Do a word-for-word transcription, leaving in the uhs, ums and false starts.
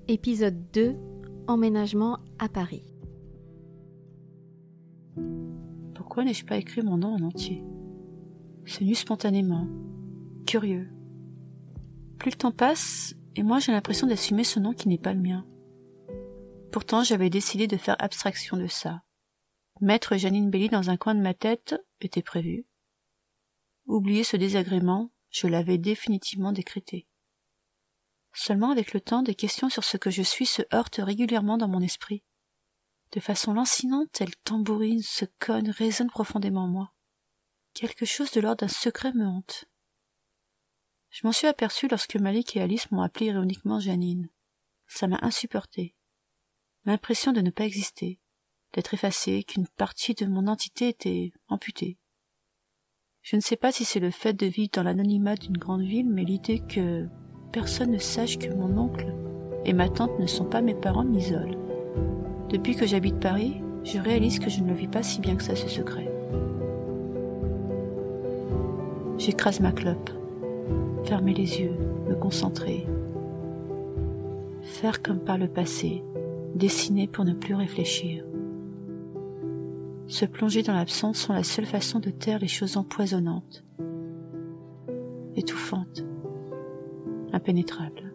Épisode deux. Emménagement à Paris. Pourquoi n'ai-je pas écrit mon nom en entier? C'est venu spontanément, curieux. Plus le temps passe, et moi j'ai l'impression d'assumer ce nom qui n'est pas le mien. Pourtant j'avais décidé de faire abstraction de ça. Mettre Janine Belli dans un coin de ma tête était prévu. Oublier ce désagrément, je l'avais définitivement décrété. Seulement avec le temps, des questions sur ce que je suis se heurtent régulièrement dans mon esprit. De façon lancinante, elles tambourinent, se cognent, résonnent profondément en moi. Quelque chose de l'ordre d'un secret me hante. Je m'en suis aperçue lorsque Malik et Alice m'ont appelée ironiquement Janine. Ça m'a insupportée. L'impression de ne pas exister, d'être effacée, qu'une partie de mon entité était amputée. Je ne sais pas si c'est le fait de vivre dans l'anonymat d'une grande ville, mais l'idée que personne ne sache que mon oncle et ma tante ne sont pas mes parents m'isole. Depuis que j'habite Paris, je réalise que je ne le vis pas si bien que ça, ce secret. J'écrase ma clope, fermer les yeux, me concentrer, faire comme par le passé, dessiner pour ne plus réfléchir. Se plonger dans l'absence sont la seule façon de taire les choses empoisonnantes, étouffantes, impénétrables.